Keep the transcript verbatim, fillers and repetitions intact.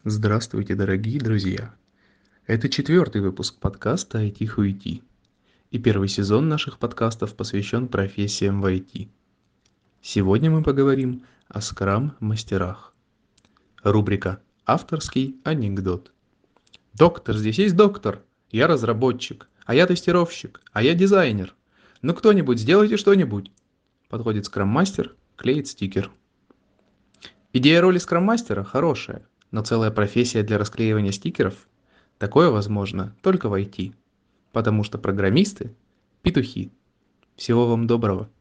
Здравствуйте, дорогие друзья! Это четвертый выпуск подкаста «ай ти-хуити». И первый сезон наших подкастов посвящен профессиям в ай ти. Сегодня мы поговорим о скрам-мастерах. Рубрика «Авторский анекдот». Доктор, здесь есть доктор. Я разработчик, а я тестировщик, а я дизайнер. Ну кто-нибудь, сделайте что-нибудь. Подходит скрам-мастер, клеит стикер. Идея роли скрам-мастера хорошая, но целая профессия для расклеивания стикеров? Такое возможно только в ай ти, потому что программисты– петухи. Всего вам доброго.